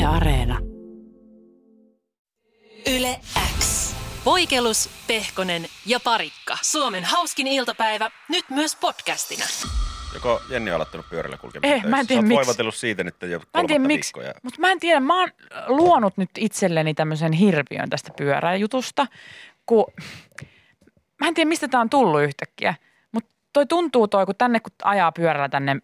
Yle Areena. Yle X. Voikelus, Pehkonen ja Parikka. Suomen hauskin iltapäivä, nyt myös podcastina. Joko Jenni on aloittanut pyörällä kulkemisen töissä? Mä en tiedä Sä oot miksi. voivatellut siitä nyt jo Mä en tiedä miksi, mutta mä en tiedä. Mä oon luonut nyt itselleni tämmöisen hirviön tästä pyöräjutusta, kun mä en tiedä mistä tää on tullut yhtäkkiä. Mutta kun tänne kun ajaa pyörällä tänne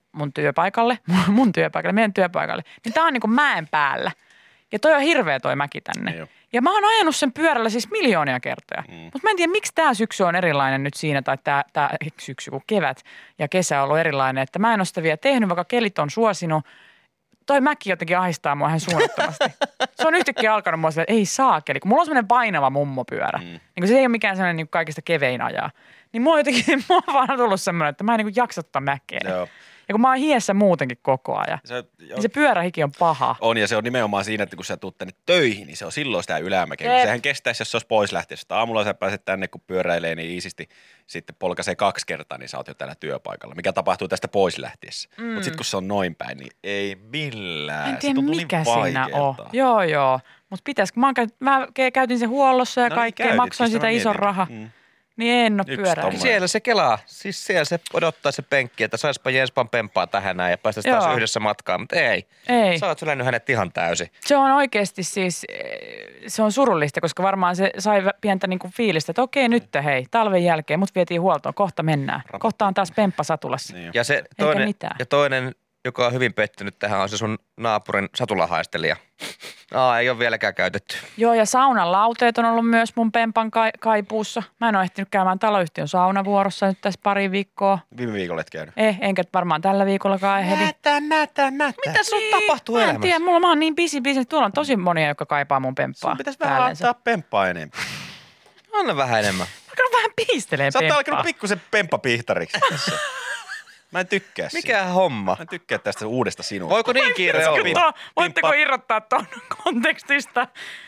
meidän työpaikalle, niin tää on niinku mäen päällä. Ja toi on hirveä toi mäki tänne. Niin ja mä oon ajanut sen pyörällä siis miljoonia kertoja. Mutta mä en tiedä, miksi tää syksy on erilainen nyt siinä, tai tää syksy, kun kevät ja kesä on ollut erilainen. Että mä en ole sitä vielä tehnyt, vaikka kelit on suosinut. Toi mäki jotenkin ahistaa mua ihan suunnattomasti. Se on yhtäkkiä alkanut mua silleen, että ei saakeli, kun mulla on semmoinen painava mummopyörä. Niin se ei ole mikään sellainen niin kaikista kevein ajaa. Niin mulla on vaan tullut semmoinen, että mä en niin jaksa ottaa mäkeä. Joo. Ja kun mä oon hiessä muutenkin koko ajan, niin se pyörähiki on paha. On, ja se on nimenomaan siinä, että kun sä tuut tänne töihin, niin se on silloin sitä ylämäkeä. Sehän kestäisi, jos se olisi pois lähteessä. Aamulla sä pääset tänne, kun pyöräilee niin iisisti, sitten polkaisee 2 kertaa, niin sä oot jo täällä työpaikalla. Mikä tapahtuu tästä pois lähtiessä. Mutta sitten kun se on noin päin, niin ei millään. En tiedä, se tuntuu mikä niin siinä vaikealta. on. Joo. Mutta pitäisikö, mä käytin sen huollossa ja kaikkea, maksoin sitä ison raha. Niin en ole pyöräillä. Siellä se kelaa. Siis siellä se odottaa se penkki, että saispa Jenspan pempaa tähän näin ja päästäisiin taas yhdessä matkaan. Mutta ei. Sä oot sylännyt hänet ihan täysin. Se on oikeasti siis, se on surullista, koska varmaan se sai pientä niinku fiilistä, että okei nyt hei, talven jälkeen mut vietiin huoltoon, kohta mennään. Kohta on taas pemppa satulassa. Niin Ja se toinen, joka on hyvin pettynyt tähän, on se sun naapurin satulahaistelija. Ei ole vieläkään käytetty. Joo, ja saunan lauteet on ollut myös mun pempan kaipuussa. Mä en ole ehtinyt käymään taloyhtiön saunavuorossa nyt tässä pari viikkoa. Viime viikolla et käynyt. Enkä varmaan tällä viikollakaan ehdi. Nätä. Mitä sun tapahtuu Mä en elämässä? tiedä, mä oon niin busy. Tuolla on tosi monia, jotka kaipaa mun pemppaa. Sun pitäisi vähän antaa pemppaa enemmän. Anna vähän enemmän. Mä vähän pihistelee Sä oot pemppaa. alkanut pikkusen pemppapihtariksi tässä. Mä en tykkää siitä. Mikä homma? Mä en tykkää tästä uudesta sinusta. Voiko niin kiire olla? Voitteko irrottaa ton kontekstista?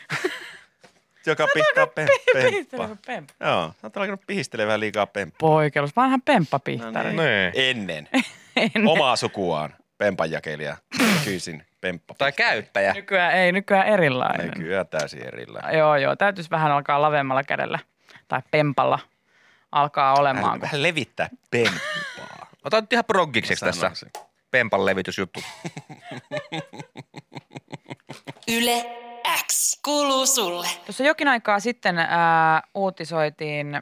Joka pihtaa pemppaa. Pihistelee pemppaa. Joo, sä oot alkanut pihistelee vähän liikaa pemppaa. Poikelus, vanhan pemppapihtari. Ennen. Omaa sukuaan pempanjakelija. Nykyisin pemppa. Tai käyttäjä. Nykyään erilainen. Nykyään täysin erilainen. Joo, täytyisi vähän alkaa lavemmalla kädellä tai pempalla alkaa olemaan. Vähän levittää pemppaa. Ota nyt ihan proggikseksi tässä pempan levitysjuttu. Yle X. Kuuluu sulle. Tuossa jokin aikaa sitten uutisoitiin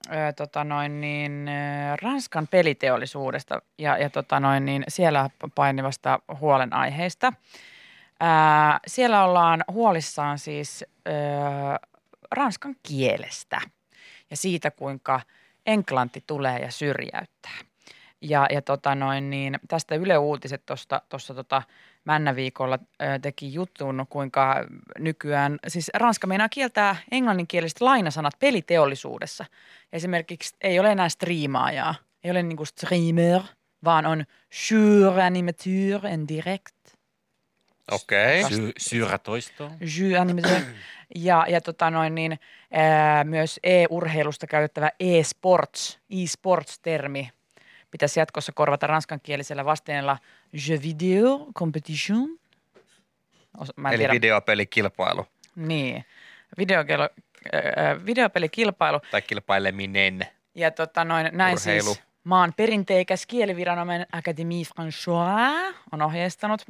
Ranskan peliteollisuudesta ja siellä painivasta huolenaiheesta. Siellä ollaan huolissaan siis ranskan kielestä ja siitä, kuinka englanti tulee ja syrjäyttää. Ja tästä Yle Uutiset tuossa Männäviikolla teki jutun, kuinka nykyään, siis Ranska meinaa kieltää englanninkieliset lainasanat peliteollisuudessa. Esimerkiksi ei ole enää striimaajaa, ei ole niinku streamer, vaan on jeu animateur en direct. Okei. Syratoisto. Jeu animateur. Ja myös e-urheilusta käytettävä e-sports-termi pitäisi jatkossa korvata ranskankielisellä vastineella jeu video competition. Eli videopelikilpailu. Niin, videopelikilpailu. Tai kilpaileminen. Ja näin urheilu. Siis maan perinteikäs kieliviranomainen Académie François on ohjeistanut.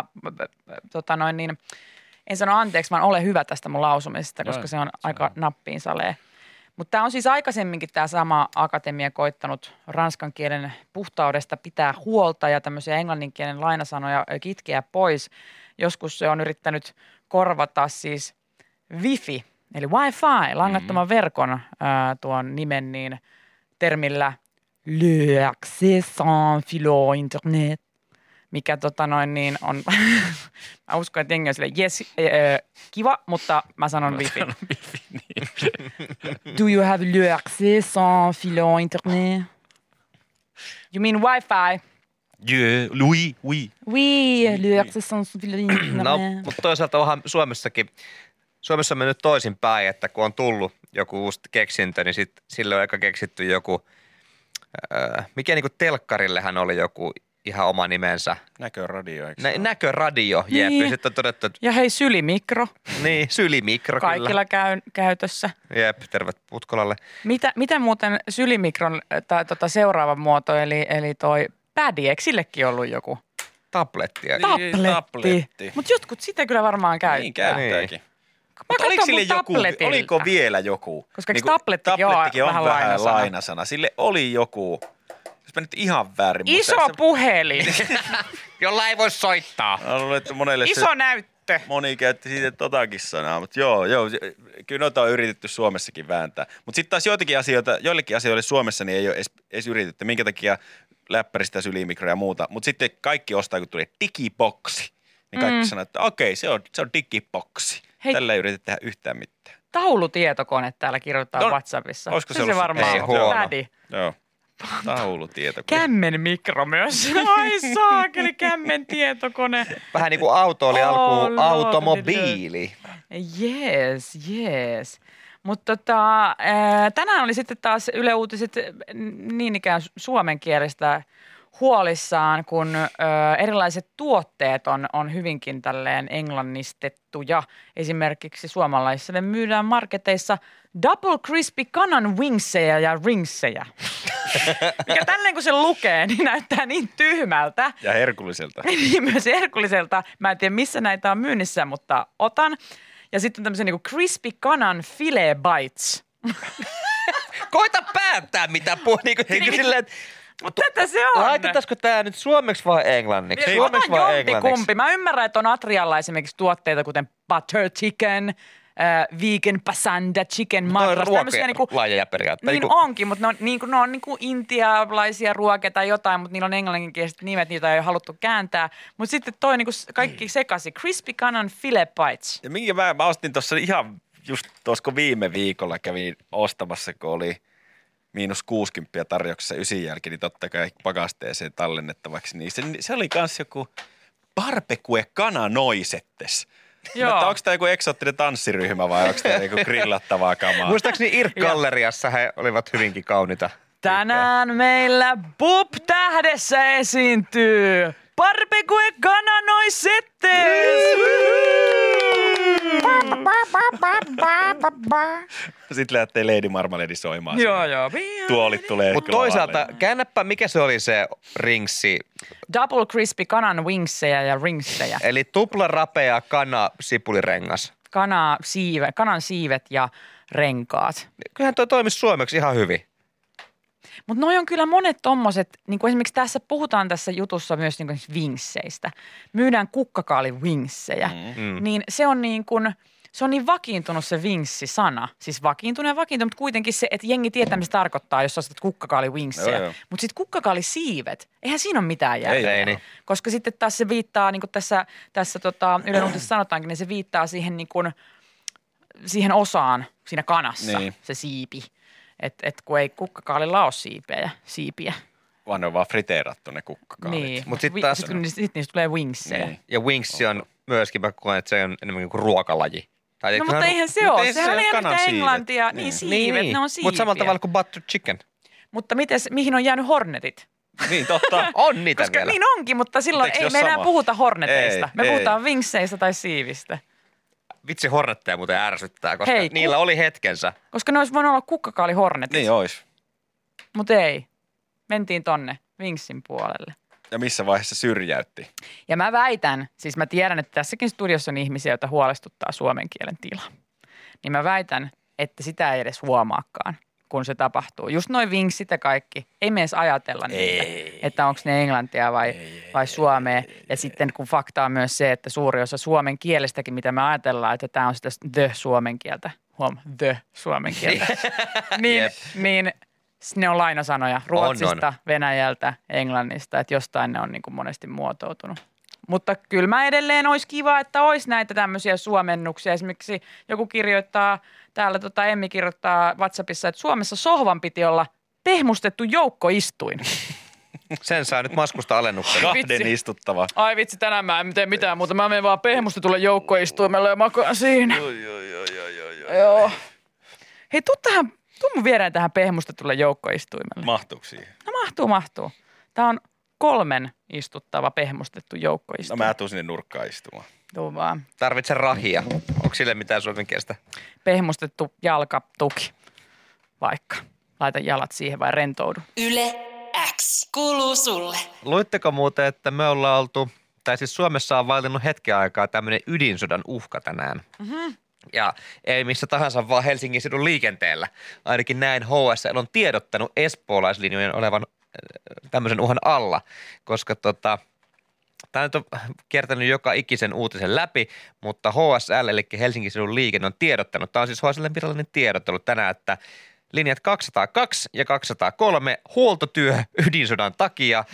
En sano anteeksi, vaan ole hyvä tästä mun lausumisesta, koska se on aika nappiin salee. Mutta tämä on siis aikaisemminkin tämä sama akatemia koittanut ranskan kielen puhtaudesta pitää huolta ja tämmöisiä englanninkielen lainasanoja kitkeä pois. Joskus se on yrittänyt korvata siis wifi, eli wifi, langattoman verkon tuon nimen niin termillä le accès sans filo internet, mikä on, mä uskon, että jengi on silleen, yes, kiva, mutta mä sanon wifi. Do you have le accès sans filo internet? You mean wifi? Oui. Oui, le accès sans filo internet. No, mutta toisaalta onhan Suomessa on mennyt toisinpäin, että kun on tullut joku uusi keksintö, niin sille on aika keksitty joku, mikä niinku telkkarillehän oli joku ihan oma nimensä. Näköradio, eikö Näköradio, jep. Niin. Ja sitten on todettu, että Ja hei, sylimikro. niin, sylimikro Kaikilla käytössä. Jep, tervet Putkolalle. Mitä muuten sylimikron seuraava muoto, eli toi pädi, eikö sillekin ollut joku? Tablettia. Tabletti. Mutta jotkut sitä kyllä varmaan käyttää. Niin käyttääkin. Mä Mutta oliko katson sille mun joku, tabletilta. oliko vielä joku? Koska eikö tablettikin ole vähän lainasana? lainasana. Sille oli joku, jos mä nyt ihan väärin. Iso puhelin. Jolla ei voi soittaa. Mä luulen, että monelle Iso näyttö. moni käytti siitä totakin sanaa, mutta joo, kyllä noita on yritetty Suomessakin vääntää. Mutta sitten taas joillekin asioille Suomessa niin ei ole edes yritetty. Minkä takia läppäristä, sylimikroja ja muuta. Mutta sitten kaikki ostaa, kun tulee digiboksi. Niin kaikki sanoo, että okei, se on digiboksi. Tällä ei yritetä tehdä yhtään mitään. Taulutietokone täällä kirjoittaa WhatsAppissa. Olisiko se ollut varmaan ei huono. pädi. Joo. Taulutietokone. Kämmen mikro myös. Ai saakeli, kämmen tietokone. Vähän niin kuin auto oli alkuun Oh, automobiili. Yes. Mutta tänään oli sitten taas Yle Uutiset niin ikään suomen kielestä huolissaan, kun erilaiset tuotteet on hyvinkin tälleen englannistettuja. Esimerkiksi suomalaisille myydään marketeissa Double Crispy kanan wingsejä ja ringsejä. Mikä tälleen kun se lukee, niin näyttää niin tyhmältä. Ja herkulliselta. Niin myös herkulliselta. Mä en tiedä missä näitä on myynnissä, mutta otan. Ja sitten on tämmöisen niin kuin crispy kanan filet bites. Koita päättää mitä silleen, Mutta tätä se on. laitetaanko tämä nyt suomeksi vai englanniksi? Suomeksi vai englanniksi? Kumpi. Mä ymmärrän, että on Atrialla esimerkiksi tuotteita, kuten butter chicken, vegan pasanda chicken madras. Lajeja periaatteessa. Niin onkin, mutta ne on niinku intialaisia ruokia tai jotain, mutta niillä on englanninkieliset nimet, niitä ei ole haluttu kääntää. Mutta sitten toi niinku kaikki sekaisin. Crispy kanan filet bites. Ja minkä mä ostin tuossa ihan just tuossa viime viikolla kävin ostamassa, kun oli -60 tarjouksessa 9 jälkeen, niin totta kai pakasteeseen tallennettavaksi. Niin se oli kans joku barbecue kananoisettes. Joo. Mutta onko tämä joku eksoottinen tanssiryhmä vai onko tämä joku grillattavaa kamaa? Muistaakseni Irk-galleriassa he olivat hyvinkin kauniita. Tänään meillä Bob-tähdessä esiintyy barbecue kananoisettes. Sitten lähtee Lady Marmalade soimaan. Joo. Tuolit tulee. Mutta toisaalta, käännäpä, mikä se oli se ringsi? Double crispy kanan wingsejä ja ringsejä. Eli tupla rapea kana sipulirengas. Kanan siivet ja renkaat. Kyllähän toi toimisi suomeksi ihan hyvin. Mutta noi on kyllä monet tommoset, niin kuin esimerkiksi puhutaan tässä jutussa myös niin kuin wingsseistä. Myydään kukkakaali wingsejä. Niin se on niin kuin, se on niin vakiintunut se wingsi-sana. Siis vakiintunut, mutta kuitenkin se, että jengi tietää, mitä se tarkoittaa, jos ostat kukkakaali wingsejä. Mutta sitten kukkakaali siivet, eihän siinä ole mitään järkeä. Ei niin. Koska sitten taas se viittaa, niin kuin tässä Ylen uutisessa sanotaankin, niin se viittaa siihen, niin kuin, siihen osaan siinä kanassa, se siipi. Et kun ei kukkakaalilla ole siipiä. Vaan ne on vaan friteerattu ne kukkakaalit. Niin, Mut sit taas- sitten niistä tulee wingsejä. Niin. Ja wingsi on myöskin, mä koen, että se on enemmän kuin ruokalaji. Tai No mutta eihän se ole. Sehän on ihan kanan yhtä siivet. englantia. Niin siivet, ne on siipiä. Mutta samalla tavalla kuin butter chicken. Mutta mihin on jäänyt hornetit? Niin, totta. On niitä Koska vielä. niin onkin, mutta silloin Eikö ei se me ole enää sama? puhuta horneteista. Ei, Me ei. puhutaan wingsseistä tai siivistä. Vitsi, hornetteja muuten ärsyttää, koska Hei, niillä oli hetkensä. Koska ne olisi voinut olla kukkakaali hornetit. Niin ois. Mutta ei. Mentiin tonne wingsin puolelle. Ja missä vaiheessa syrjäytti? Ja mä väitän, siis mä tiedän, että tässäkin studiossa on ihmisiä, joita huolestuttaa suomen kielen tila. Niin mä väitän, että sitä ei edes huomaakaan, kun se tapahtuu. Just noin wingsit ja kaikki. Ei me edes ajatella niitä, että onko ne englantia vai suomea. Ja sitten kun fakta on myös se, että suuri osa suomen kielestäkin, mitä me ajatellaan, että tämä on sitä the-suomen kieltä. The suomen kieltä. niin ne on lainasanoja Ruotsista, Venäjältä, Englannista, että jostain ne on niin kuin monesti muotoutunut. Mutta kyllä mä edelleen olisi kiva, että olisi näitä tämmöisiä suomennuksia. Esimerkiksi joku kirjoittaa, täällä Emmi kirjoittaa WhatsAppissa, että Suomessa sohvan piti olla pehmustettu joukkoistuin. Sen saa nyt maskusta alennuksen. Kahden istuttava. Ai vitsi, tänään mä en tee mitään muuta. Mä menen vaan pehmustetulle joukkoistuimelle ja makaan siinä. Joo. Hei, tuu mun viereen tähän pehmustetulle joukkoistuimelle. Mahtuuko siihen? No mahtuu. Tää on 3 istuttava pehmustettu joukkoistuma. No mä tuun sinne nurkkaan istumaan. Tuu vaan. Tarvitsen rahia. Onko sille mitään suomenkielistä? Pehmustettu jalkatuki, vaikka. Laita jalat siihen vai rentoudu. Yle X kuuluu sulle. Luitteko muuten, että me ollaan oltu, tai siis Suomessa on vallinnut hetken aikaa tämmöinen ydinsodan uhka tänään. Mm-hmm. Ja ei missä tahansa, vaan Helsingin sedun liikenteellä. Ainakin näin HSL on tiedottanut espoolaislinjojen olevan tämmöisen uhan alla, koska tämä nyt on kiertänyt joka ikisen uutisen läpi, mutta HSL, eli Helsingin sedun liikenne, on tiedottanut. Tämä on siis HSL:n virallinen tiedottelu tänään, että linjat 202 ja 203 huoltotyö ydinsodan takia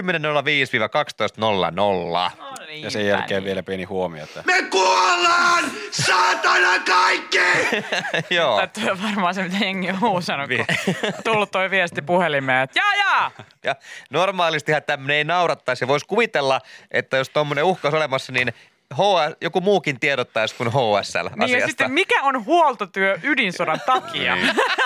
10.05–12.00. Ja sen jälkeen vielä pieni huomio, että Me kuollaan! Saatana kaikki! Joo. Tämä on varmaan se, mitä jengi on huusanut, kun on tullut toi viesti puhelimeen, että jaa! Ja normaalistihan tämmöinen ei naurattaisi. Ja voisi kuvitella, että jos tuommoinen uhka on olemassa, niin joku muukin tiedottaisi kuin HSL asiasta. Niin ja sitten mikä on huoltotyö ydinsodan takia?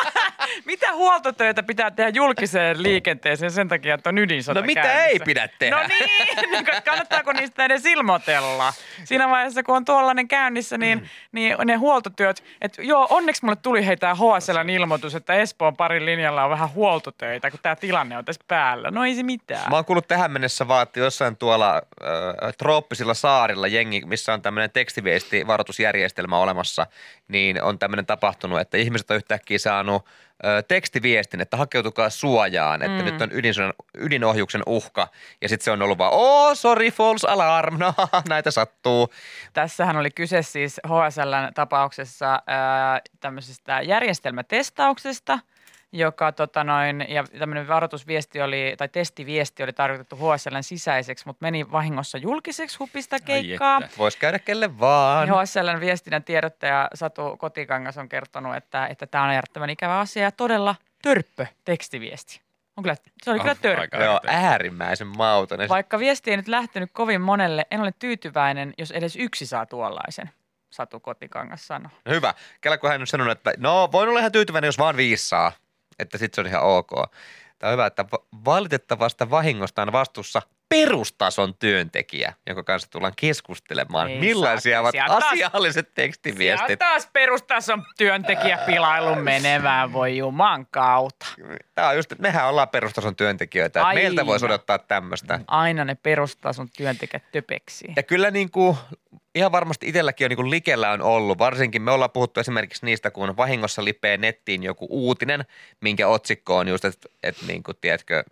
Mitä huoltotöitä pitää tehdä julkiseen liikenteeseen sen takia, että on ydinsota No mitä käynnissä? ei pidä tehdä? No niin, kannattaako niistä edes ilmoitella? Siinä vaiheessa, kun on tuollainen käynnissä, niin ne huoltotyöt, että joo, onneksi mulle tuli tämä HSL:n ilmoitus, että Espoon parin linjalla on vähän huoltotöitä, kun tämä tilanne on tässä päällä. No ei se mitään. Mä oon kuullut tähän mennessä vaan, että jossain tuolla trooppisilla saarilla jengi, missä on tämmöinen tekstiviestivaroitusjärjestelmä olemassa, niin on tämmöinen tapahtunut, että ihmiset on yhtäkkiä saanut tekstiviestin, että hakeutukaa suojaan, että nyt on ydinohjuksen uhka. Ja sitten se on ollut vaan, sorry, false alarm, no näitä sattuu. Tässähän oli kyse siis HSL:n tapauksessa tämmöisestä järjestelmätestauksesta, joka ja tämmöinen varoitusviesti oli, tai testiviesti oli tarkoitettu HSL:n sisäiseksi, mutta meni vahingossa julkiseksi hupista keikkaa. Voisi käydä kelle vaan. Ja HSL:n viestinnän tiedottaja Satu Kotikangas on kertonut, että tämä on järjettömän ikävä asia ja todella törppö tekstiviesti. Se oli kyllä törppö. Joo, äärimmäisen mautoinen. Vaikka viesti ei nyt lähtenyt kovin monelle, en ole tyytyväinen, jos edes yksi saa tuollaisen, Satu Kotikangas sanoi. No hyvä. Kelläkö hän nyt sanonut, että no voin olla ihan tyytyväinen, jos vaan 5 saa. Että sitten se on ihan ok. Tämä on hyvä, että valitettavasta vahingosta on vastuussa perustason työntekijä, jonka kanssa tullaan keskustelemaan. Ei millaisia ovat asialliset tekstiviestit. Sieltä taas perustason työntekijä pilailun menevään, voi juman kautta. Tämä on just, että mehän ollaan perustason työntekijöitä. Että meiltä voisi odottaa tämmöistä. Aina ne perustason työntekijät töpeksii. Ja kyllä niin kuin ihan varmasti itselläkin on niin kuin likellä on ollut. Varsinkin me ollaan puhuttu esimerkiksi niistä, kun vahingossa lipee nettiin joku uutinen, minkä otsikko on just, että niin kuin, tiedätkö,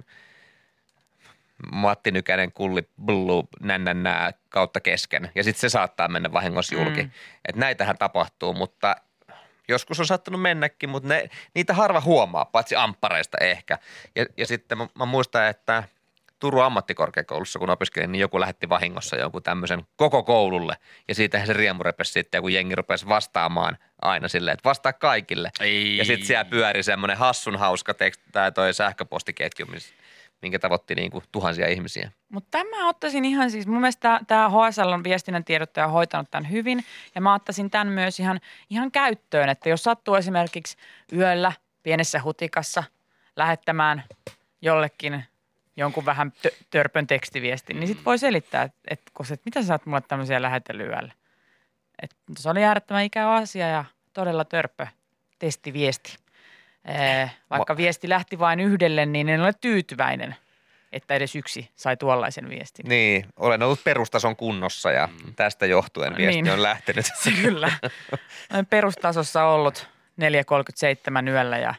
Matti Nykänen kulli blue nännännää kautta kesken. Ja sitten se saattaa mennä vahingossa julki. Että näitähän tapahtuu, mutta joskus on saattanut mennäkin, mutta niitä harva huomaa, paitsi amppareista ehkä. Ja sitten mä muistan, että Turun ammattikorkeakoulussa, kun opiskelin, niin joku lähetti vahingossa jonkun tämmöisen koko koululle. Ja siitähän se riemu repesi sitten, kun jengi rupesi vastaamaan aina silleen, että vastaa kaikille. Ei. Ja sitten siellä pyöri semmoinen hassun hauska toi sähköpostiketju, minkä tavoitti niin kuin tuhansia ihmisiä. Mutta tämä ottaisin ihan siis, mun mielestä tämä HSL on viestinnän tiedottaja hoitanut tämän hyvin. Ja mä ottaisin tämän myös ihan käyttöön, että jos sattuu esimerkiksi yöllä pienessä hutikassa lähettämään jollekin jonkun vähän törpön tekstiviestin, niin sitten voi selittää, että mitä sä saat mulle tämmöisiä lähetellyt yöllä. Että se oli äärettömän ikävä asia ja todella törppö testiviesti. Vaikka viesti lähti vain yhdelle, niin en ole tyytyväinen, että edes yksi sai tuollaisen viestin. Niin, olen ollut perustason kunnossa ja tästä johtuen viesti on lähtenyt. Se kyllä. Olen perustasossa ollut 4.37 yöllä ja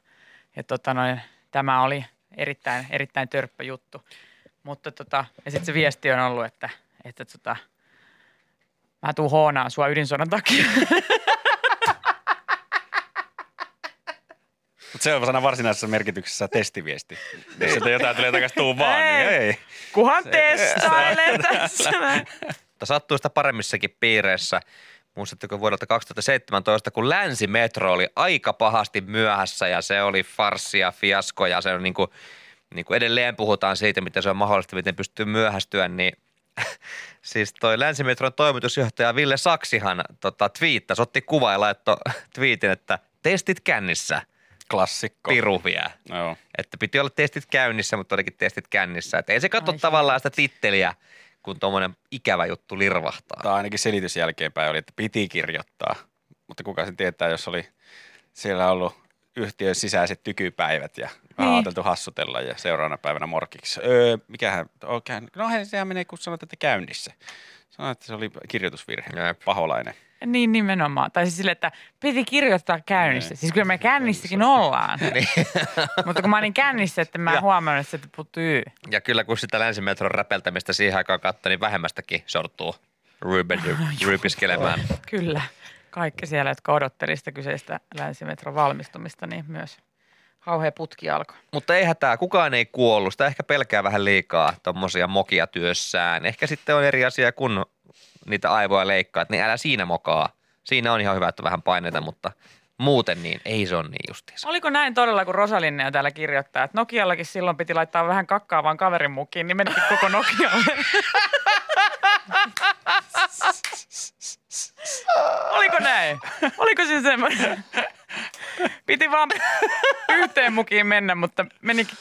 tämä oli erittäin törppä juttu. Mutta ja sitten se viesti on ollut, että mä tuun hoonaan sua ydinsodan takia. Mutta se on sana varsinaisessa merkityksessä testiviesti. Jos sieltä jotain tulee takaisin tuu vaan, niin ei. Kuhan testailen tässä. Sattuista paremmissakin piireissä. Muistatteko vuodelta 2017, kun Länsimetro oli aika pahasti myöhässä ja se oli farssi ja fiasko ja se on niin kuin edelleen puhutaan siitä, miten se on mahdollista, miten pystyy myöhästyä, niin siis toi Länsimetron toimitusjohtaja Ville Saksihan twiittasi, otti kuva ja laittoi twiitin, että testit kännissä. Klassikko. piru vie. Joo. Että piti olla testit käynnissä, mutta olikin testit kännissä. Että ei se katso tavallaan sitä titteliä, kun tuommoinen ikävä juttu lirvahtaa. Tai ainakin selitys jälkeenpäin oli, että piti kirjoittaa. Mutta kuka sen tietää, jos oli siellä ollut yhtiön sisäiset tykypäivät ja vähän ajateltu hassutella ja seuraavana päivänä morkiksi. Mikähän, no sehän menee, kun sanot, että käynnissä. Sanoit, että se oli kirjoitusvirhe, paholainen. Niin nimenomaan. Tai siis sille, että piti kirjoittaa käynnissä. Siis kyllä me kännissäkin ollaan. Mutta kun mä olin kännissä, että mä huomannut, että se puuttuu Y. Ja kyllä kun sitä länsimetron räpeltämistä siihen aikaan katsoi, niin vähemmästäkin sortuu ryypiskelemään. Kyllä. Kaikki siellä, jotka odotteli sitä kyseistä länsimetron valmistumista, niin myös kauhea putki alkoi. Mutta ei hätää, kukaan ei kuollut. Sitä ehkä pelkää vähän liikaa tommosia mokia työssään. Ehkä sitten on eri asia, kun niitä aivoja leikkaat, niin älä siinä mokaa. Siinä on ihan hyvä, että vähän paineita, mutta muuten niin ei se ole niin justiinsa. Oliko näin todella, kun Rosalinne täällä kirjoittaa, että Nokiallakin silloin piti laittaa vähän kakkaa vaan kaverin mukiin, niin menikin koko Nokialle. Oliko näin? Oliko se semmoinen? Piti vaan yhteen mukiin mennä, mutta menikin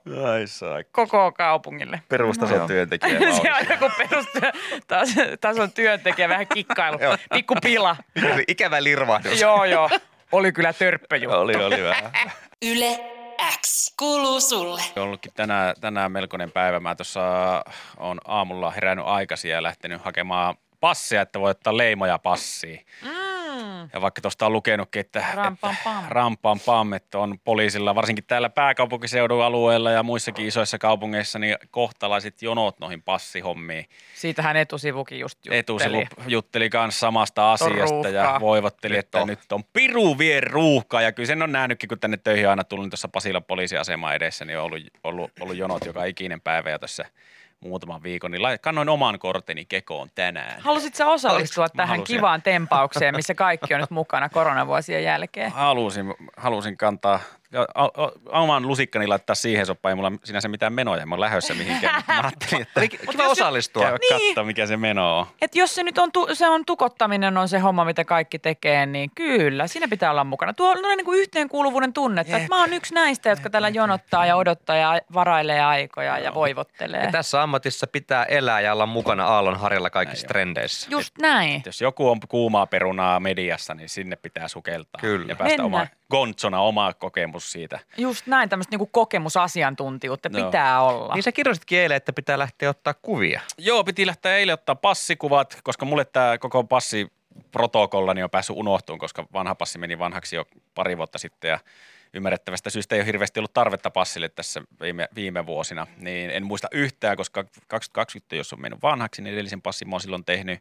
koko kaupungille. Perustason työntekijä. Se on joku perustason työntekijä, vähän kikkailu, pikku pila. Ikävä lirvahdus. Joo. Oli kyllä törppöjuttu. Oli vähän. Yle X kuuluu sulle. On ollutkin tänään melkoinen päivä. Mä tuossa on aamulla herännyt aikaisin ja lähtenyt hakemaan passia, että voi ottaa leimoja passiin. Ja vaikka tuosta on lukenutkin, että rampam pam, että on poliisilla, varsinkin täällä pääkaupunkiseudun alueella ja muissakin isoissa kaupungeissa, niin kohtalaiset jonot noihin passihommiin. Siitähän etusivukin just jutteli. Etusivu jutteli kanssa samasta asiasta ja voivotteli, että nyt on piru vie ruuhkaa. Ja kyllä sen on nähnytkin, kun tänne töihin aina tullut tuossa Pasilan poliisiaseman edessä, niin on ollut jonot joka ikinen päivä ja tässä muutaman viikon, niin kannoin oman korteni kekoon tänään. Halusit sä osallistua tähän kivaan tempaukseen, missä kaikki on nyt mukana koronavuosien jälkeen? Halusin kantaa oman lusikkani laittaa siihen soppaan. Ei mulla sinänsä mitään menoja, mä oon lähdössä mihinkään. Mä ajattelin, että kiva osallistua. Käydä katsoa, mikä se meno on. Että jos se nyt on, se on tukottaminen on se homma, mitä kaikki tekee, niin kyllä, siinä pitää olla mukana. Tuo on niin kuin yhteenkuuluvuuden tunnetta, että mä oon yksi näistä, jotka täällä jonottaa ja odottaa ja varailee aikoja ja voivottelee. Ja tässä ammatissa pitää elää ja olla mukana aallonharjalla kaikissa trendeissä. Just näin. Jos joku on kuumaa perunaa mediassa, niin sinne pitää sukeltaa. Kyllä. Ja päästä Gontsona oma kokemus siitä. Just näin, tämmöistä niinku kokemusasiantuntijuutta pitää olla. Niin sä kirjoititkin eilen, että pitää lähteä ottaa kuvia. Joo, piti lähteä eilen ottaa passikuvat, koska mulle tämä koko passiprotokollani on päässyt unohtumaan, koska vanha passi meni vanhaksi jo pari vuotta sitten ja ymmärrettävästä syystä ei ole hirveästi ollut tarvetta passille tässä viime vuosina. Niin en muista yhtään, koska 2020, jos on mennyt vanhaksi, niin edellisen passin mä oon silloin tehnyt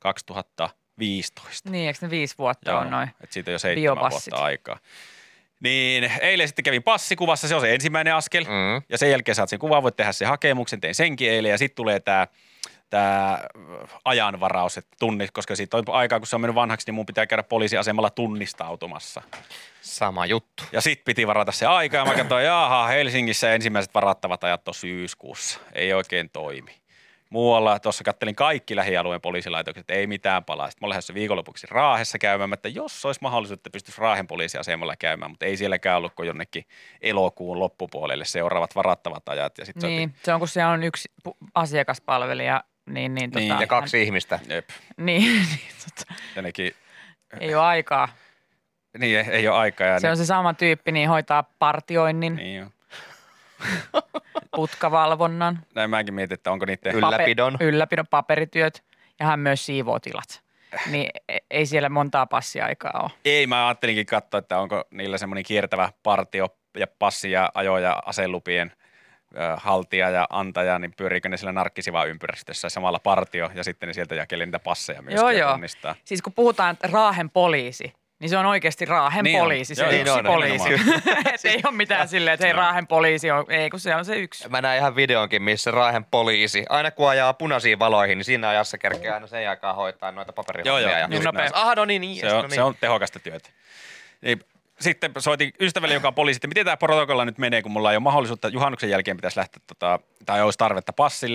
2015. Niin, eikö ne 5 vuotta on noin että siitä on jo 7 vuotta aikaa. Niin eilen sitten kävin passikuvassa, se on se ensimmäinen askel. Ja sen jälkeen saat sen kuvan, voit tehdä sen hakemuksen, tein senkin eilen. Ja sitten tulee tämä ajanvaraus, että koska siitä on aikaa, kun se on mennyt vanhaksi, niin mun pitää käydä poliisiasemalla tunnistautumassa. Sama juttu. Ja sitten piti varata se aika ja mä katsoin, jaha, Helsingissä ensimmäiset varattavat ajat on syyskuussa. Ei oikein toimi. Muualla tuossa kattelin kaikki lähialueen poliisilaitokset, ei mitään palaa. Sitten mä olin lähdössä viikonlopuksi Raahessa käymään, että jos olisi mahdollisuus, että pystyisi Raahen poliisiasemalla käymään, mutta ei sielläkään ollut kuin jonnekin elokuun loppupuolelle seuraavat varattavat ajat. Ja niin, se on kun siellä on yksi asiakaspalvelija, niin. Ja 2 ihmistä. Jep. Niin. Ja nekin, ei ole aikaa. Niin, ei ole aikaa. Ja se on se sama tyyppi, niin hoitaa partioinnin. Niin on. Putkavalvonnan. Näin mäkin mietin, että onko niiden ylläpidon paperityöt ja hän myös siivoo tilat. Niin ei siellä montaa passiaikaa ole. Ei, mä ajattelinkin katsoa, että onko niillä semmoinen kiertävä partio ja passi ja ajo ja aselupien haltija ja antaja, niin pyöriikö ne siellä narkkisivaa ympäristössä samalla partio ja sitten ne sieltä jakelee niitä passeja myöskin ja tunnistaa. Siis kun puhutaan Raahen poliisi, niin se on oikeasti Raahen poliisi, se yksi poliisi. Että ei ole mitään silleen, että hei Raahen poliisi on, ei kun se on se yksi. Mä näin ihan videonkin, missä Raahen poliisi, aina kun ajaa punaisiin valoihin, niin siinä ajassa kerkeää aina sen aikaa hoitaa noita paperihommia. Joo, niin nopea. Se on tehokasta työtä. Niin, sitten soitin ystävälle, joka on poliisi, että miten tämä protokolla nyt menee, kun mulla ei ole mahdollisuutta, juhannuksen jälkeen pitäisi lähteä, tai olisi tarvetta passille.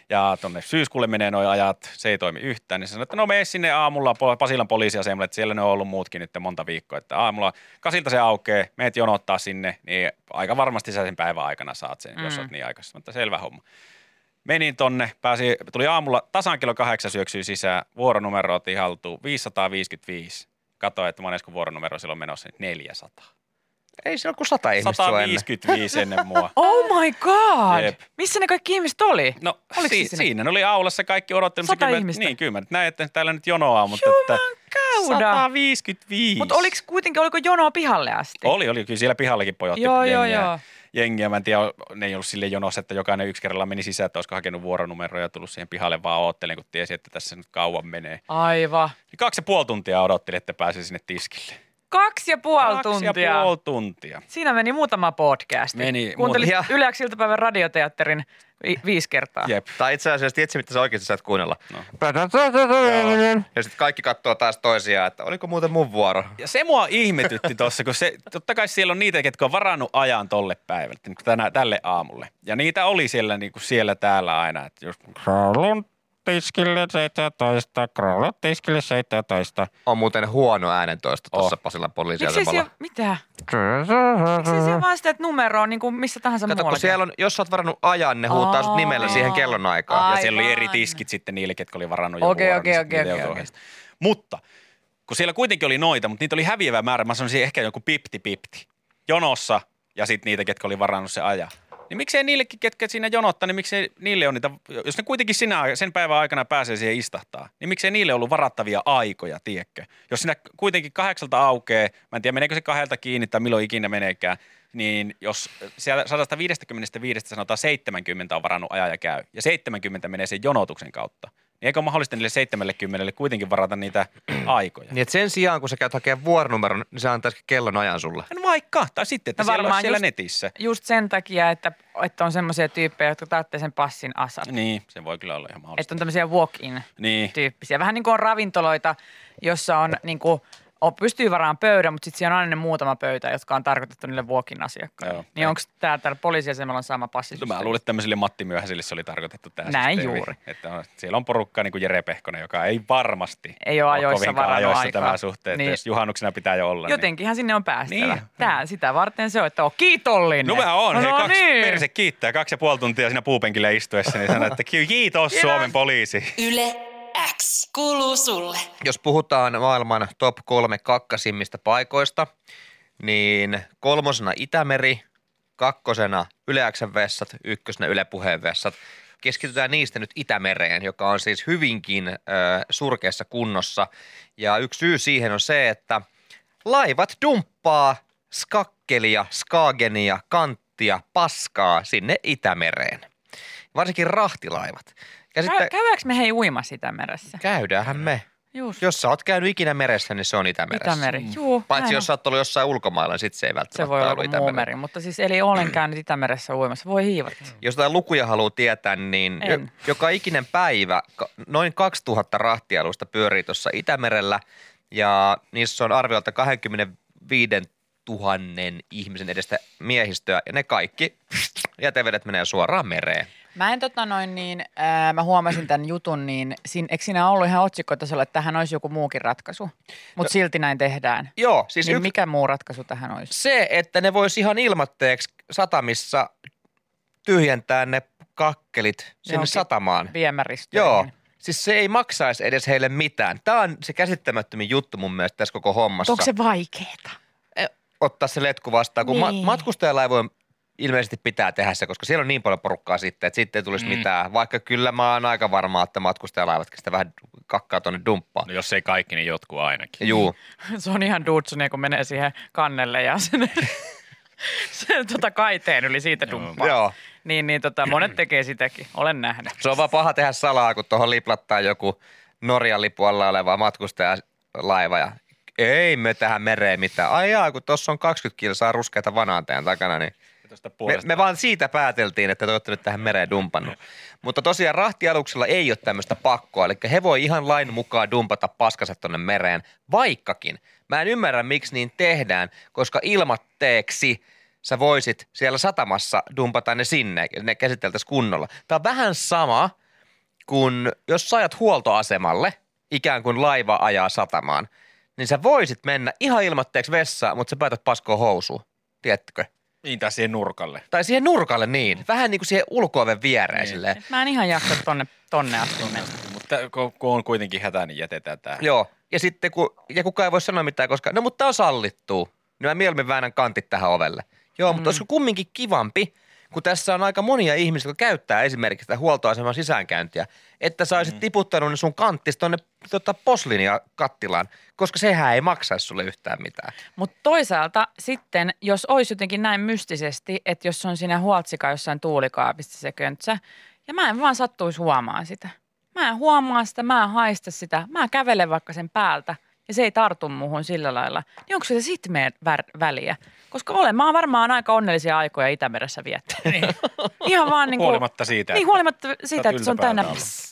Ja tuonne syyskuulle menee nuo ajat, se ei toimi yhtään. Niin sanoi, että no mene sinne aamulla Pasilan poliisiasemalle, että siellä ne on ollut muutkin nyt monta viikkoa. Että aamulla 8 se aukeaa, meet jonottaa sinne, niin aika varmasti sä sen päivän aikana saat sen, jos oot niin aikaisesti. Mutta selvä homma. Menin tonne, tuli aamulla tasan kello 8 syöksyy sisään, vuoronumero otin haltuun 555. Katoin, että monesko vuoronumero silloin menossa, 400. Ei siellä ole kuin 100 ihmistä 155 ennen mua. Oh my god! Jep. Missä ne kaikki ihmiset oli? No Siinä? siinä ne oli aulassa kaikki odottelemassa. 100 ihmistä? Niin, kyllä. Näin, että täällä nyt jonoa, mutta että Kauda! 155. Mutta oliko jonoa pihalle asti? Oli. Kyllä siellä pihallekin pojotti jengiä. Mä en tiedä, ne ei ollut sille jonossa, että jokainen yksi kerralla meni sisään, että olisiko hakenut vuoronumeroa ja tullut siihen pihalle vaan oottelen, kun tiesi, että tässä nyt kauan menee. Aivan. 2,5 tuntia odottelin, että pääsin sinne tiskille. 2,5 tuntia. 2,5 tuntia. Siinä meni muutama podcast. Kuuntelit Yle X iltapäivän radioteatterin 5 kertaa. Jep. Tai itse asiassa, tiedätkö, mitä sä oikeasti saat kuunnella? No. Ja sitten kaikki katsoo taas toisiaan, että oliko muuten mun vuoro. Ja se mua ihmetytti tuossa, kun totta kai siellä on niitä, ketkä on varannut ajan tolle päivälle, niin tälle aamulle. Ja niitä oli siellä, niin kuin siellä täällä aina, että just Kralun tiskille 17, Kralun tiskille 17. On muuten huono äänentoisto tuossa Pasilan poliisiasemalla. Mitä? Miksei siellä vaan sitä, että numero on niin kuin missä tahansa Kato, kun muuallakin? siellä on, jos sä oot varannut ajan, ne huutaa sut nimellä siihen kellonaikaan. Ja siellä oli eri Aivan. tiskit sitten niille, ketkä oli varannut jo Okei. Mutta kun siellä kuitenkin oli noita, mutta niitä oli häviävä määrä, mä sanoisin ehkä joku pipti jonossa ja sitten niitä, ketkä oli varannut se ajan. Niin miksei niillekin, ketkä siinä jonottaa, niin miksei niille on niitä, jos ne kuitenkin sen päivän aikana pääsee siihen istahtaa, niin miksei niille ollut varattavia aikoja, tiedätkö? Jos siinä kuitenkin 8 aukeaa, mä en tiedä meneekö se 2 kiinni tai milloin ikinä meneekään, niin jos siellä 155 sanotaan 70 on varannut ajan ja käy, ja 70 menee sen jonotuksen kautta, niin eikö ole mahdollista niille 70 kuitenkin varata niitä aikoja? Niin, että sen sijaan, kun sä käyt hakemaan vuoronumeron, niin se antaisi kellon ajan sulle. No vaikka, tai sitten, että siellä olisi siellä netissä. Just sen takia, että on semmoisia tyyppejä, jotka tarvitsee sen passin asat. Niin, se voi kyllä olla ihan mahdollista. Että on tämmöisiä walk-in-tyyppisiä. Niin. Vähän niin kuin on ravintoloita, jossa on niin kuin pystyy varaan pöydän, mutta sitten siellä on aina ne muutama pöytä, jotka on tarkoitettu niille walk-in asiakkaille. Joo. Niin onko täällä poliisiasemalla on sama passi? No, mä luulen, että tämmöisille Matti Myöhäisille se oli tarkoitettu tämä Näin systeemi. juuri. Että siellä on porukkaa niin kuin Jere Pehkonen, joka ei varmasti Ei ole ajoissa kovinkaan varannut ajoissa aikaa. tämän suhteen, Niin. että jos juhannuksena pitää jo olla. Jotenkinhan sinne on päästävä. Niin. Sitä varten se on, että on kiitollinen. No mä oon. No niin. Perse kiittää 2,5 tuntia siinä puupenkillä istuessa, niin sanoo, että kiitos Suomen poliisi. Yle X kuuluu sulle. Jos puhutaan maailman top 3 kakkasimmista paikoista, niin 3. Itämeri, 2. Yle X:n vessat, 1. Yle Puheen vessat. Keskitytään niistä nyt Itämereen, joka on siis hyvinkin surkeassa kunnossa. Ja yksi syy siihen on se, että laivat dumppaa skakkelia, skaagenia, kanttia, paskaa sinne Itämereen. Varsinkin rahtilaivat. Ja sitten Käydäänkö me hei uimassa Itämeressä? käydäänhän me. Just. Jos sä oot käynyt ikinä meressä, niin se on Itämeressä. Itämeri. Juu, Paitsi näin jos on. sä oot ollut jossain ulkomailla, niin sit se ei Se välttämättä voi olla ollut joku muu meri, mutta siis eli olen käynyt Itämeressä uimassa. Voi hiivattaa. Jos jotain lukuja haluaa tietää, niin En. joka ikinen päivä noin 2000 rahtialusta pyörii tuossa Itämerellä ja niissä on arviolta 25 000 ihmisen edestä miehistöä ja ne kaikki jätevedet menee suoraan mereen. Mä en mä huomasin tämän jutun, niin eikö siinä ollut ihan otsikkotasolla, että tähän olisi joku muukin ratkaisu, mutta silti näin tehdään. Joo, siis Niin mikä muu ratkaisu tähän olisi? se, että ne vois ihan ilmatteeksi satamissa tyhjentää ne kakkelit sinne Johonkin satamaan. Viemäristöihin. Joo, siis se ei maksaisi edes heille mitään. Tämä on se käsittämättömin juttu mun mielestä tässä koko hommassa. Onko se vaikeeta? Ottaa se letku vastaan, kun Niin. matkustajalaivojen ilmeisesti pitää tehdä se, koska siellä on niin paljon porukkaa sitten, että sitten ei tulisi mitään. Vaikka kyllä mä oon aika varma, että matkustajalaivatkin sitä vähän kakkaa tuonne dumppaa. No jos ei kaikki, niin jotkut ainakin. Juu. Se on ihan Dudsonia, kun menee siihen kannelle ja sen kaiteen yli siitä dumppaa. Joo. Niin, monet tekee sitäkin. Olen nähnyt. Se on vaan paha tehdä salaa, kun tuohon liplattaa joku Norjan lipualla oleva matkustajalaiva ja ei me tähän mereen mitään. Ai jaa, kun tuossa on 20 kilsaa ruskeita vanaanteen takana, niin me vaan siitä pääteltiin, että te olette nyt tähän mereen dumpannut. Mutta tosiaan rahtialuksella ei ole tämmöistä pakkoa, eli he voi ihan lain mukaan dumpata paskansa tonne mereen, vaikkakin. Mä en ymmärrä, miksi niin tehdään, koska ilmatteeksi sä voisit siellä satamassa dumpata ne sinne ja ne käsiteltäisiin kunnolla. Tämä on vähän sama kun jos sä ajat huoltoasemalle, ikään kuin laiva ajaa satamaan, niin sä voisit mennä ihan ilmatteeksi vessaan, mutta sä päätät paskoa housuun. Tiedättekö? Niin, tai siihen nurkalle. Tai siihen nurkalle niin. Vähän niin kuin siihen ulko-oven viereen silleen. Mä en ihan jaksa tonne asti mennä. Mutta kun on kuitenkin hätä, niin jätetään tää. Joo. Ja sitten ja kukaan ei voi sanoa mitään, koska no mutta tää on sallittua. Niin mä mieluummin väännän kantit tähän ovelle. Joo, mutta olisiko kumminkin kivampi, kun tässä on aika monia ihmisiä, jotka käyttää esimerkiksi tätä huoltoaseman sisäänkäyntiä, että sä olisit tiputtanut ne sun kanttis tonne posliinia-kattilaan, koska sehän ei maksaisi sulle yhtään mitään. Mutta toisaalta sitten, jos olisi jotenkin näin mystisesti, että jos on siinä huoltsika jossain tuulikaapissa se köntsä, ja mä en vaan sattuisi huomaan sitä. Mä en huomaa sitä, mä en haista sitä, mä kävelen vaikka sen päältä, ja se ei tartu muuhun sillä lailla. Niin onko se sitten meidän väliä? Koska mä oon varmaan aika onnellisia aikoja Itämeressä viettää. Niin. Ihan vaan niin kuin, huolimatta siitä. Niin, huolimatta siitä, että se on täynnä.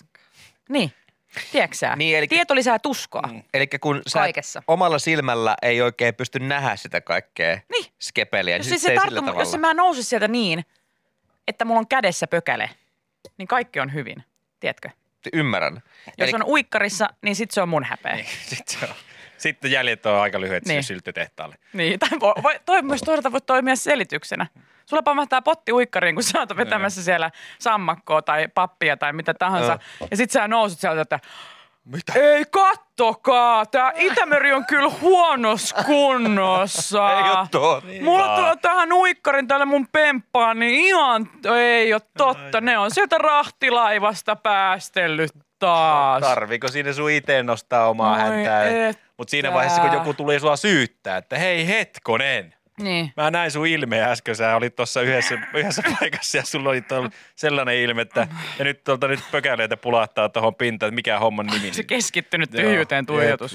Niin, tiedätkö sä? Niin, eli Tieto lisää tuskoa. Eli kun sä Kaikessa. omalla silmällä ei oikein pysty nähdä sitä kaikkea skepeliä, Jos niin se ei tarttu, sillä tavalla. jos mä nousin sieltä niin, että mulla on kädessä pökäle, niin kaikki on hyvin. Tiedätkö? Ymmärrän. Jos on uikkarissa, niin sit se on mun häpeä. Niin, sitten jäljet on aika lyhyet Niin. sylttytehtaalle. Niin, tai myös toisaalta voi toimia selityksenä. Sulla pamahtaa potti uikkariin, kun sä oot vetämässä siellä sammakkoa tai pappia tai mitä tahansa. Ja sit sä nousut sieltä, että Mitä? ei kattokaa, tää Itämeri on kyllä huonossa kunnossa. Ei oo totta. Mulla tulee tähän uikkarin tälle mun pemppaan, niin ihan ei oo totta. Ne on sieltä rahtilaivasta päästellyt taas. Tarviiko siinä sun itse nostaa omaa Oi häntää? että. Mutta siinä vaiheessa, kun joku tulee sua syyttää, että hei hetkonen. Niin. Mä näin sun ilmeen äsken, sä olit tuossa yhdessä paikassa ja sulla oli sellainen ilme, että ja nyt tuolta nyt pökäleitä pulahtaa tuohon pintaan, että mikä homman nimi. Se keskittynyt tyhjyyteen tuijotus.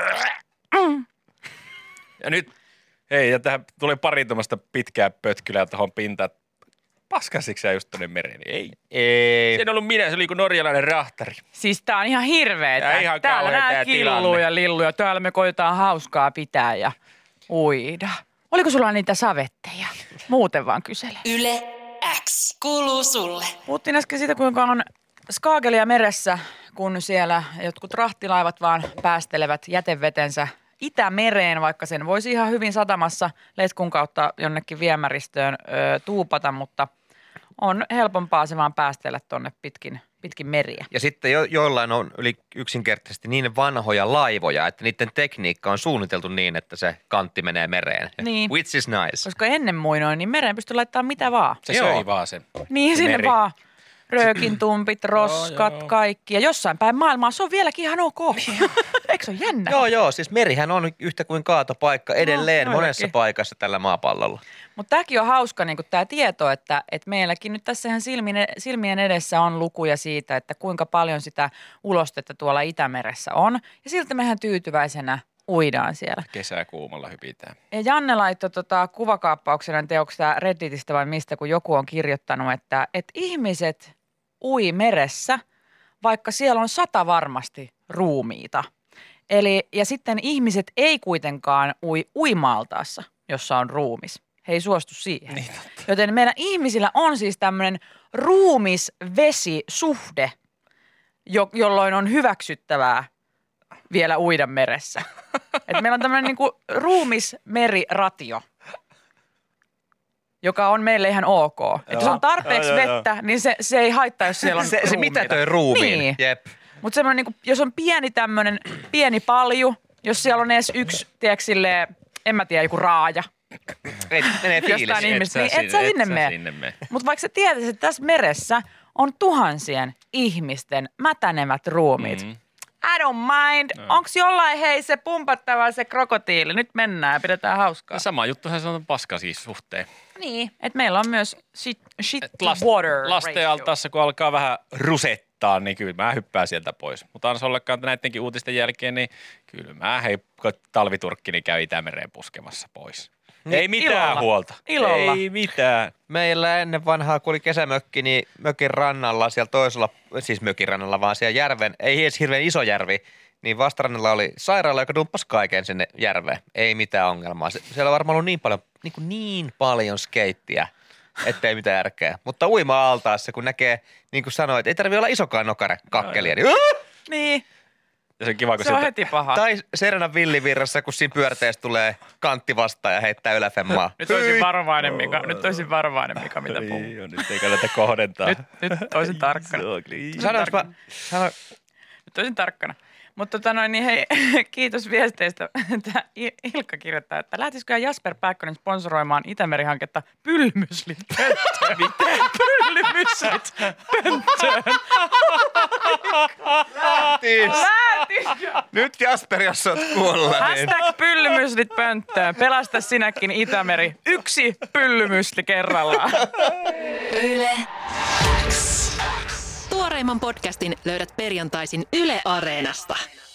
Ja nyt, hei, ja tähän tuli pari tuommoista pitkää pötkylää tuohon pintaan. Paskasitko sä just tonne mereen? Ei. Se en ollut minä, se oli kuin norjalainen rahtari. Siis tää on ihan hirveetä. Tää ihan Täällä kauhea nää tää killuu tilanne. ja lillu ja täällä me koitetaan hauskaa pitää ja uida. Oliko sulla niitä savetteja? Muuten vaan kysele. Yle X kuuluu sulle. Puhuttiin äsken siitä, kuinka on skaakelia meressä, kun siellä jotkut rahtilaivat vaan päästelevät jätevetensä Itämereen, vaikka sen voisi ihan hyvin satamassa letkun kautta jonnekin viemäristöön tuupata, mutta on helpompaa se vaan päästellä tonne pitkin meriä. Ja sitten joillain on yksinkertaisesti niin vanhoja laivoja, että niiden tekniikka on suunniteltu niin, että se kantti menee mereen. Niin. Which is nice. Koska ennen muinoin, niin mereen pystyy laittamaan mitä vaan. Se Joo. söi vaan sen. Niin sinne meri. vaan. Röökintumpit, roskat, Joo. kaikki. Ja jossain päin maailmaa se on vieläkin ihan ok. Eikö se ole jännä? Joo, siis merihän on yhtä kuin kaatopaikka edelleen No, monessa joillekin. paikassa tällä maapallolla. Mutta tämäkin on hauska niin tämä tieto, että meilläkin nyt tässä ihan silmien edessä on lukuja siitä, että kuinka paljon sitä ulostetta tuolla Itämeressä on. Ja silti mehän tyytyväisenä uidaan siellä. Kesäkuumalla hypitään. Ja Janne laittoi kuvakaappauksena teoksesta Redditistä vai mistä, kun joku on kirjoittanut, että ihmiset ui meressä, vaikka siellä on 100 varmasti ruumiita. Ja sitten ihmiset ei kuitenkaan ui uimaaltaassa, jossa on ruumis. He ei suostu siihen. Niin, joten meillä ihmisillä on siis tämmöinen ruumis-vesi-suhde, jolloin on hyväksyttävää vielä uida meressä. Et meillä on tämmöinen niinku ruumis-meri-ratio, joka on meille ihan ok. Että jos on tarpeeksi vettä, niin se ei haittaa, jos siellä on Se ruumiita. mitätöi ruumiin. Niin. Jep. Mutta semmoinen, niinku, jos on pieni palju, jos siellä on edes yksi, tiedätkö silleen, en mä tiedä, joku raaja. Menee fiilis. Jostain ihmistä, niin et sä sinne mene. Mutta vaikka sä tietäisit, että tässä meressä on tuhansien ihmisten mätänevät ruumiit. I don't mind. No. Onko jollain, hei, se pumpattava se krokotiili? Nyt mennään ja pidetään hauskaa. Ja sama juttuhan se on paska siis suhteen. Niin, että meillä on myös shit to water Lasten ratio. altaassa, kun alkaa vähän rusettaa, niin kyllä mä hyppään sieltä pois. Mutta Ans ollakaan näidenkin uutisten jälkeen, niin kyllä mä talviturkkini käy Itämereen puskemassa pois. Ei mitään Ilolla. huolta. Ilolla. Ei mitään. Meillä ennen vanhaa, kun oli kesämökki, niin mökin rannalla, siellä toisella, siis mökin rannalla, vaan siellä järven, ei edes hirveän iso järvi, niin vastarannalla oli sairaala, joka dumppasi kaiken sinne järveen. Ei mitään ongelmaa. Siellä on varmaan ollut niin paljon skeittiä ettei mitään järkeä. Mutta uima-altaassa, kun näkee, niin kuin sanoit, ei tarvitse olla isokaan nokare kakkelia, niin Niin, Ja se on kiva, kun se on sitä, heti paha. tai Serenan villivirrassa, kun siinä pyörteessä tulee kantti vastaan ja heittää yläfemmaa. Nyt olisin varovainen, Mika. Mitä puhuu. Niin, nyt ei kannata kohdentaa. Nyt olisin tarkkana. Nyt olisin tarkkana. Mutta niin hei, kiitos viesteistä. Tämä Ilkka kirjoittaa, että lähtisiköhän Jasper Pääkkönen sponsoroimaan Itämeri-hanketta Pyllymyslit pönttöön. Pyllymyslit pönttöön. Nyt Jasper, jos oot kuulla. Niin. Hashtag pyllymyslit pönttöön. Pelasta sinäkin Itämeri. 1 pyllymysli kerrallaan. Yle X. Tuoreimman podcastin löydät perjantaisin Yle Areenasta.